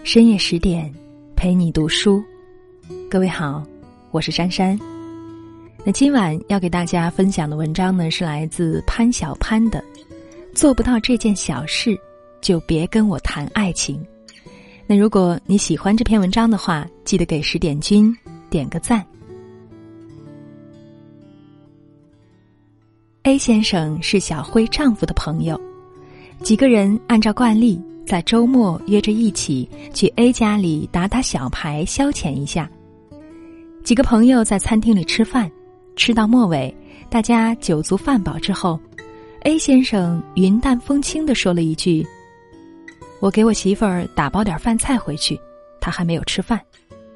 深夜10点，陪你读书。各位好，我是珊珊。那今晚要给大家分享的文章呢，是来自潘小潘的做不到这件小事，就别跟我谈爱情。那如果你喜欢这篇文章的话，记得给10点君点个赞。A 先生是小辉丈夫的朋友，几个人按照惯例在周末约着一起去 A 家里打打小牌消遣一下。几个朋友在餐厅里吃饭，吃到末尾，大家酒足饭饱之后， A 先生云淡风轻地说了一句：我给我媳妇儿打包点饭菜回去，她还没有吃饭。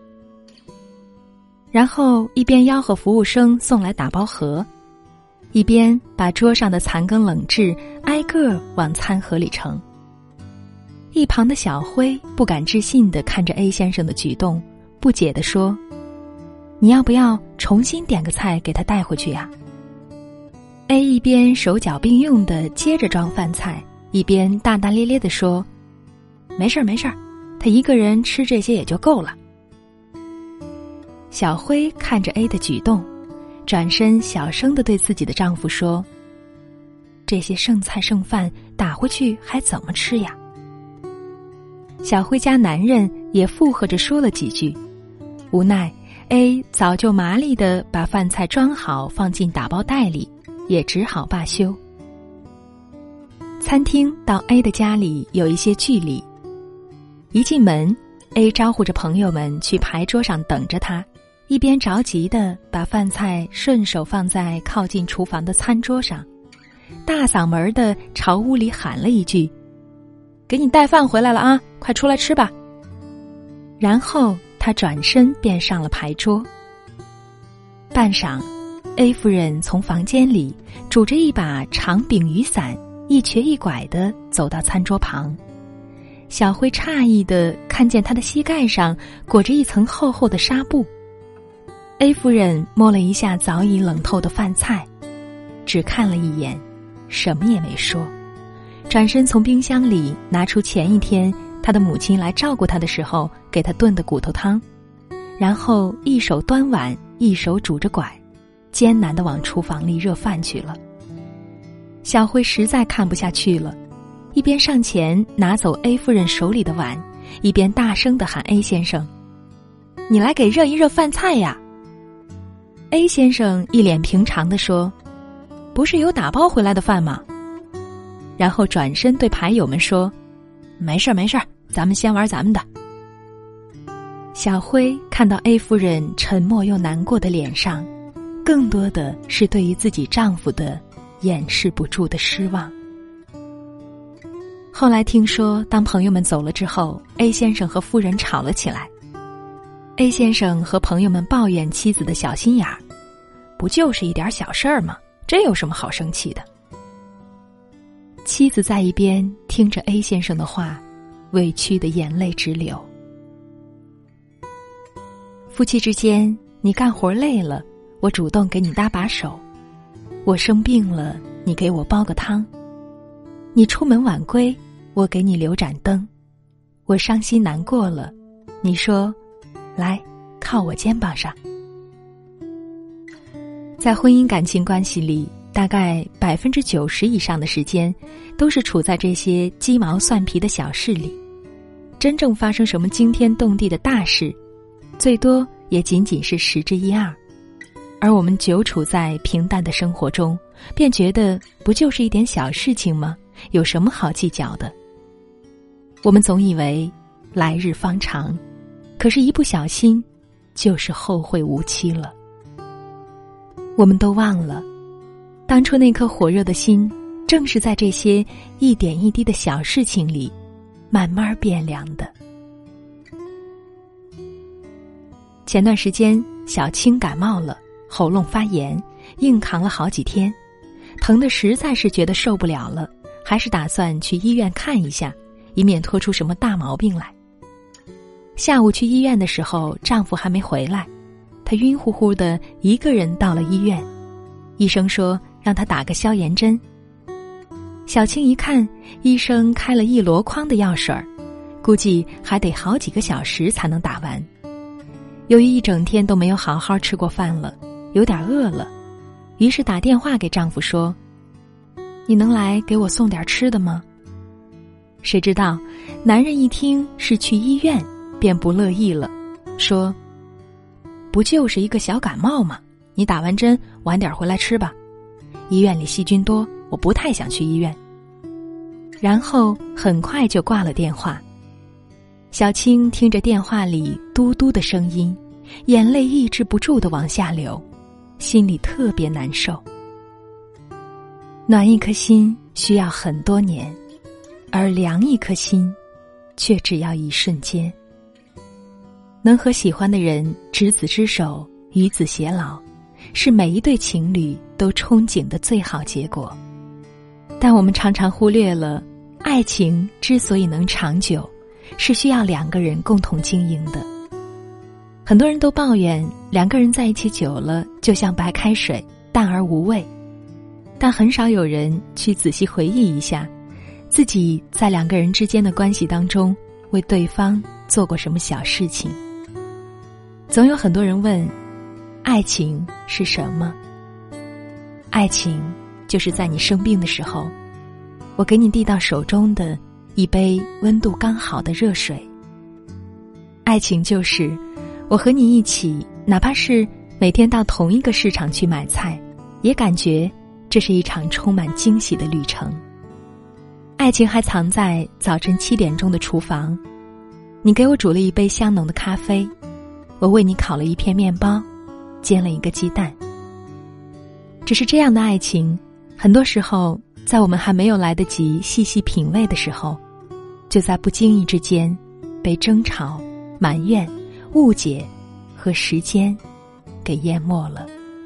然后一边吆喝服务生送来打包盒，一边把桌上的残羹冷炙挨个往餐盒里盛。一旁的小辉不敢置信地看着 A 先生的举动，不解地说：你要不要重新点个菜给他带回去呀？A 一边手脚并用地接着装饭菜，一边大大咧咧地说：没事儿没事儿，他一个人吃这些也就够了。小辉看着 A 的举动，转身小声地对自己的丈夫说：这些剩菜剩饭打回去还怎么吃呀？小辉家男人也附和着说了几句，无奈 A 早就麻利地把饭菜装好放进打包袋里，也只好罢休。餐厅到 A 的家里有一些距离，一进门 A 招呼着朋友们去牌桌上等着他，一边着急地把饭菜顺手放在靠近厨房的餐桌上，大嗓门地朝屋里喊了一句：给你带饭回来了啊，快出来吃吧。然后他转身便上了牌桌。半晌， A 夫人从房间里拄着一把长柄雨伞，一瘸一拐地走到餐桌旁。小辉诧异地看见她的膝盖上裹着一层厚厚的纱布。A 夫人摸了一下早已冷透的饭菜，只看了一眼，什么也没说，转身从冰箱里拿出前一天他的母亲来照顾他的时候给他炖的骨头汤，然后一手端碗一手拄着拐，艰难地往厨房里热饭去了。小辉实在看不下去了，一边上前拿走 A 夫人手里的碗，一边大声地喊 A 先生：你来给热一热饭菜呀。 A 先生一脸平常地说：不是有打包回来的饭吗？然后转身对牌友们说：没事没事，咱们先玩咱们的。小辉看到 A 夫人沉默又难过的脸上，更多的是对于自己丈夫的掩饰不住的失望。后来听说，当朋友们走了之后， A 先生和夫人吵了起来。A 先生和朋友们抱怨妻子的小心眼儿，不就是一点小事儿吗？这有什么好生气的？妻子在一边听着 A 先生的话，委屈的眼泪直流。夫妻之间，你干活累了，我主动给你搭把手；我生病了，你给我煲个汤；你出门晚归，我给你留盏灯；我伤心难过了，你说来靠我肩膀上。在婚姻感情关系里，大概90%以上的时间都是处在这些鸡毛蒜皮的小事里，真正发生什么惊天动地的大事，最多也仅仅是10之1、2，而我们久处在平淡的生活中，便觉得不就是一点小事情吗？有什么好计较的？我们总以为来日方长，可是一不小心就是后会无期了。我们都忘了，当初那颗火热的心，正是在这些一点一滴的小事情里慢慢变凉的。前段时间小青感冒了，喉咙发炎，硬扛了好几天，疼得实在是觉得受不了了，还是打算去医院看一下，以免拖出什么大毛病来。下午去医院的时候，丈夫还没回来，她晕乎乎的一个人到了医院，医生说让她打个消炎针。小青一看，医生开了一箩筐的药水， 估计还得好几个小时才能打完。由于一整天都没有好好吃过饭了，有点饿了，于是打电话给丈夫说：“你能来给我送点吃的吗？”谁知道男人一听是去医院，便不乐意了，说：“不就是一个小感冒吗？你打完针晚点回来吃吧。医院里细菌多，我不太想去医院。”然后很快就挂了电话。小青听着电话里嘟嘟的声音，眼泪抑制不住地往下流，心里特别难受。暖一颗心需要很多年，而凉一颗心却只要一瞬间。能和喜欢的人执子之手，与子偕老，是每一对情侣都憧憬的最好结果。但我们常常忽略了，爱情之所以能长久，是需要两个人共同经营的。很多人都抱怨两个人在一起久了就像白开水，淡而无味，但很少有人去仔细回忆一下自己在两个人之间的关系当中为对方做过什么小事情。总有很多人问，爱情是什么？爱情就是在你生病的时候，我给你递到手中的一杯温度刚好的热水。爱情就是我和你一起，哪怕是每天到同一个市场去买菜，也感觉这是一场充满惊喜的旅程。爱情还藏在早晨7点钟的厨房，你给我煮了一杯香浓的咖啡，我为你烤了一片面包，煎了一个鸡蛋。只是这样的爱情，很多时候在我们还没有来得及细细品味的时候，就在不经意之间被争吵、埋怨、误解和时间给淹没了。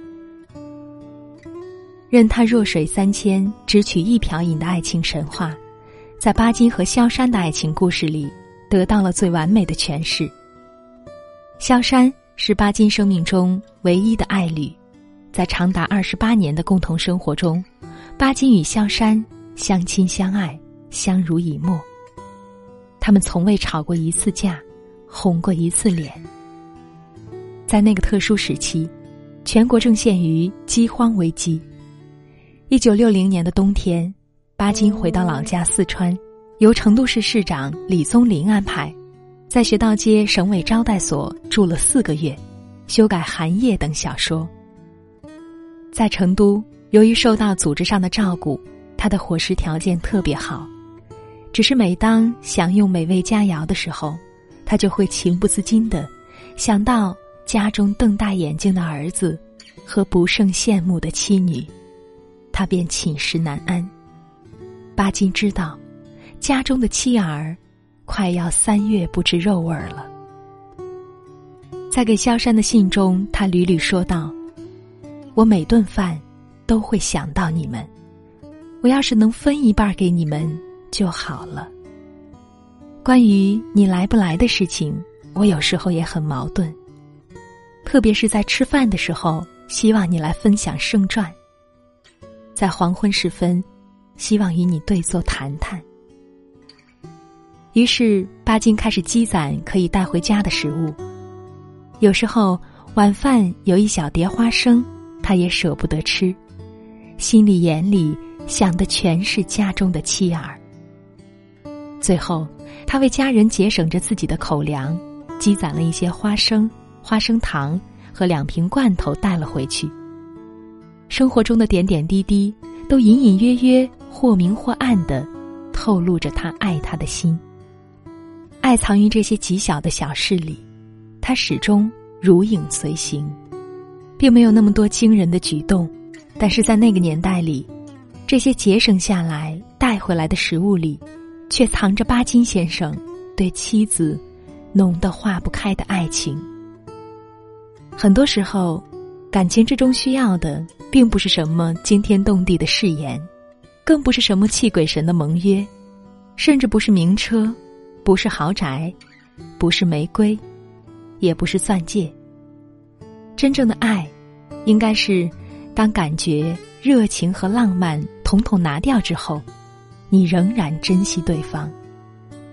任他弱水三千，只取一瓢饮的爱情神话，在巴金和萧山的爱情故事里得到了最完美的诠释。萧山是巴金生命中唯一的爱侣，在长达28年的共同生活中，巴金与萧山相亲相爱，相濡以沫。他们从未吵过一次架，红过一次脸。在那个特殊时期，全国正陷于饥荒危机。1960年的冬天，巴金回到老家四川，由成都市市长李宗林安排，在学道街省委招待所住了4个月，修改《寒夜》等小说。在成都，由于受到组织上的照顾，他的伙食条件特别好，只是每当享用美味佳肴的时候，他就会情不自禁地想到家中瞪大眼睛的儿子和不胜羡慕的妻女，他便寝食难安。巴金知道家中的妻儿快要3月不知肉味了。在给萧山的信中，他屡屡说道，我每顿饭都会想到你们，我要是能分一半给你们就好了。关于你来不来的事情，我有时候也很矛盾，特别是在吃饭的时候，希望你来分享胜传，在黄昏时分，希望与你对坐谈谈。于是巴金开始积攒可以带回家的食物，有时候晚饭有一小碟花生，他也舍不得吃，心里眼里想的全是家中的妻儿。最后他为家人节省着自己的口粮，积攒了一些花生、花生糖和2瓶罐头带了回去。生活中的点点滴滴都隐隐约约或明或暗地透露着他爱他的心。爱藏于这些极小的小事里，他始终如影随形，并没有那么多惊人的举动，但是在那个年代里，这些节省下来带回来的食物里，却藏着巴金先生对妻子浓得化不开的爱情。很多时候，感情之中需要的并不是什么惊天动地的誓言，更不是什么气鬼神的盟约，甚至不是名车，不是豪宅，不是玫瑰，也不是钻戒。真正的爱，应该是当感觉、热情和浪漫统统拿掉之后，你仍然珍惜对方，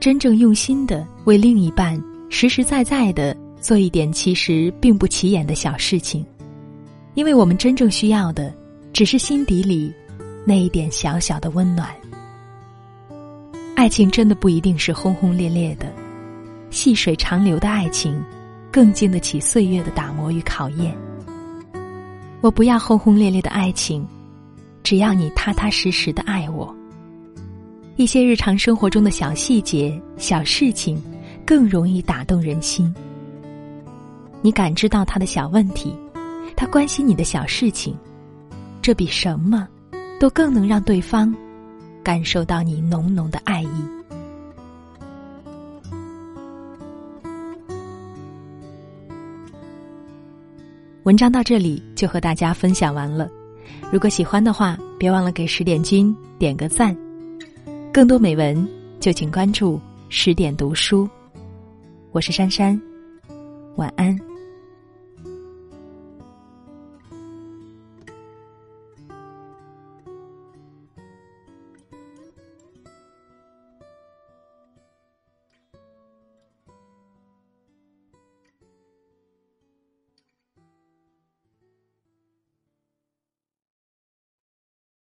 真正用心的为另一半实实在在的做一点其实并不起眼的小事情，因为我们真正需要的只是心底里那一点小小的温暖。爱情真的不一定是轰轰烈烈的，细水长流的爱情更经得起岁月的打磨与考验。我不要轰轰烈烈的爱情，只要你踏踏实实的爱我。一些日常生活中的小细节、小事情更容易打动人心。你感知到他的小问题，他关心你的小事情，这比什么都更能让对方感受到你浓浓的爱意。文章到这里就和大家分享完了，如果喜欢的话，别忘了给10点君点个赞。更多美文就请关注10点读书。我是珊珊，晚安。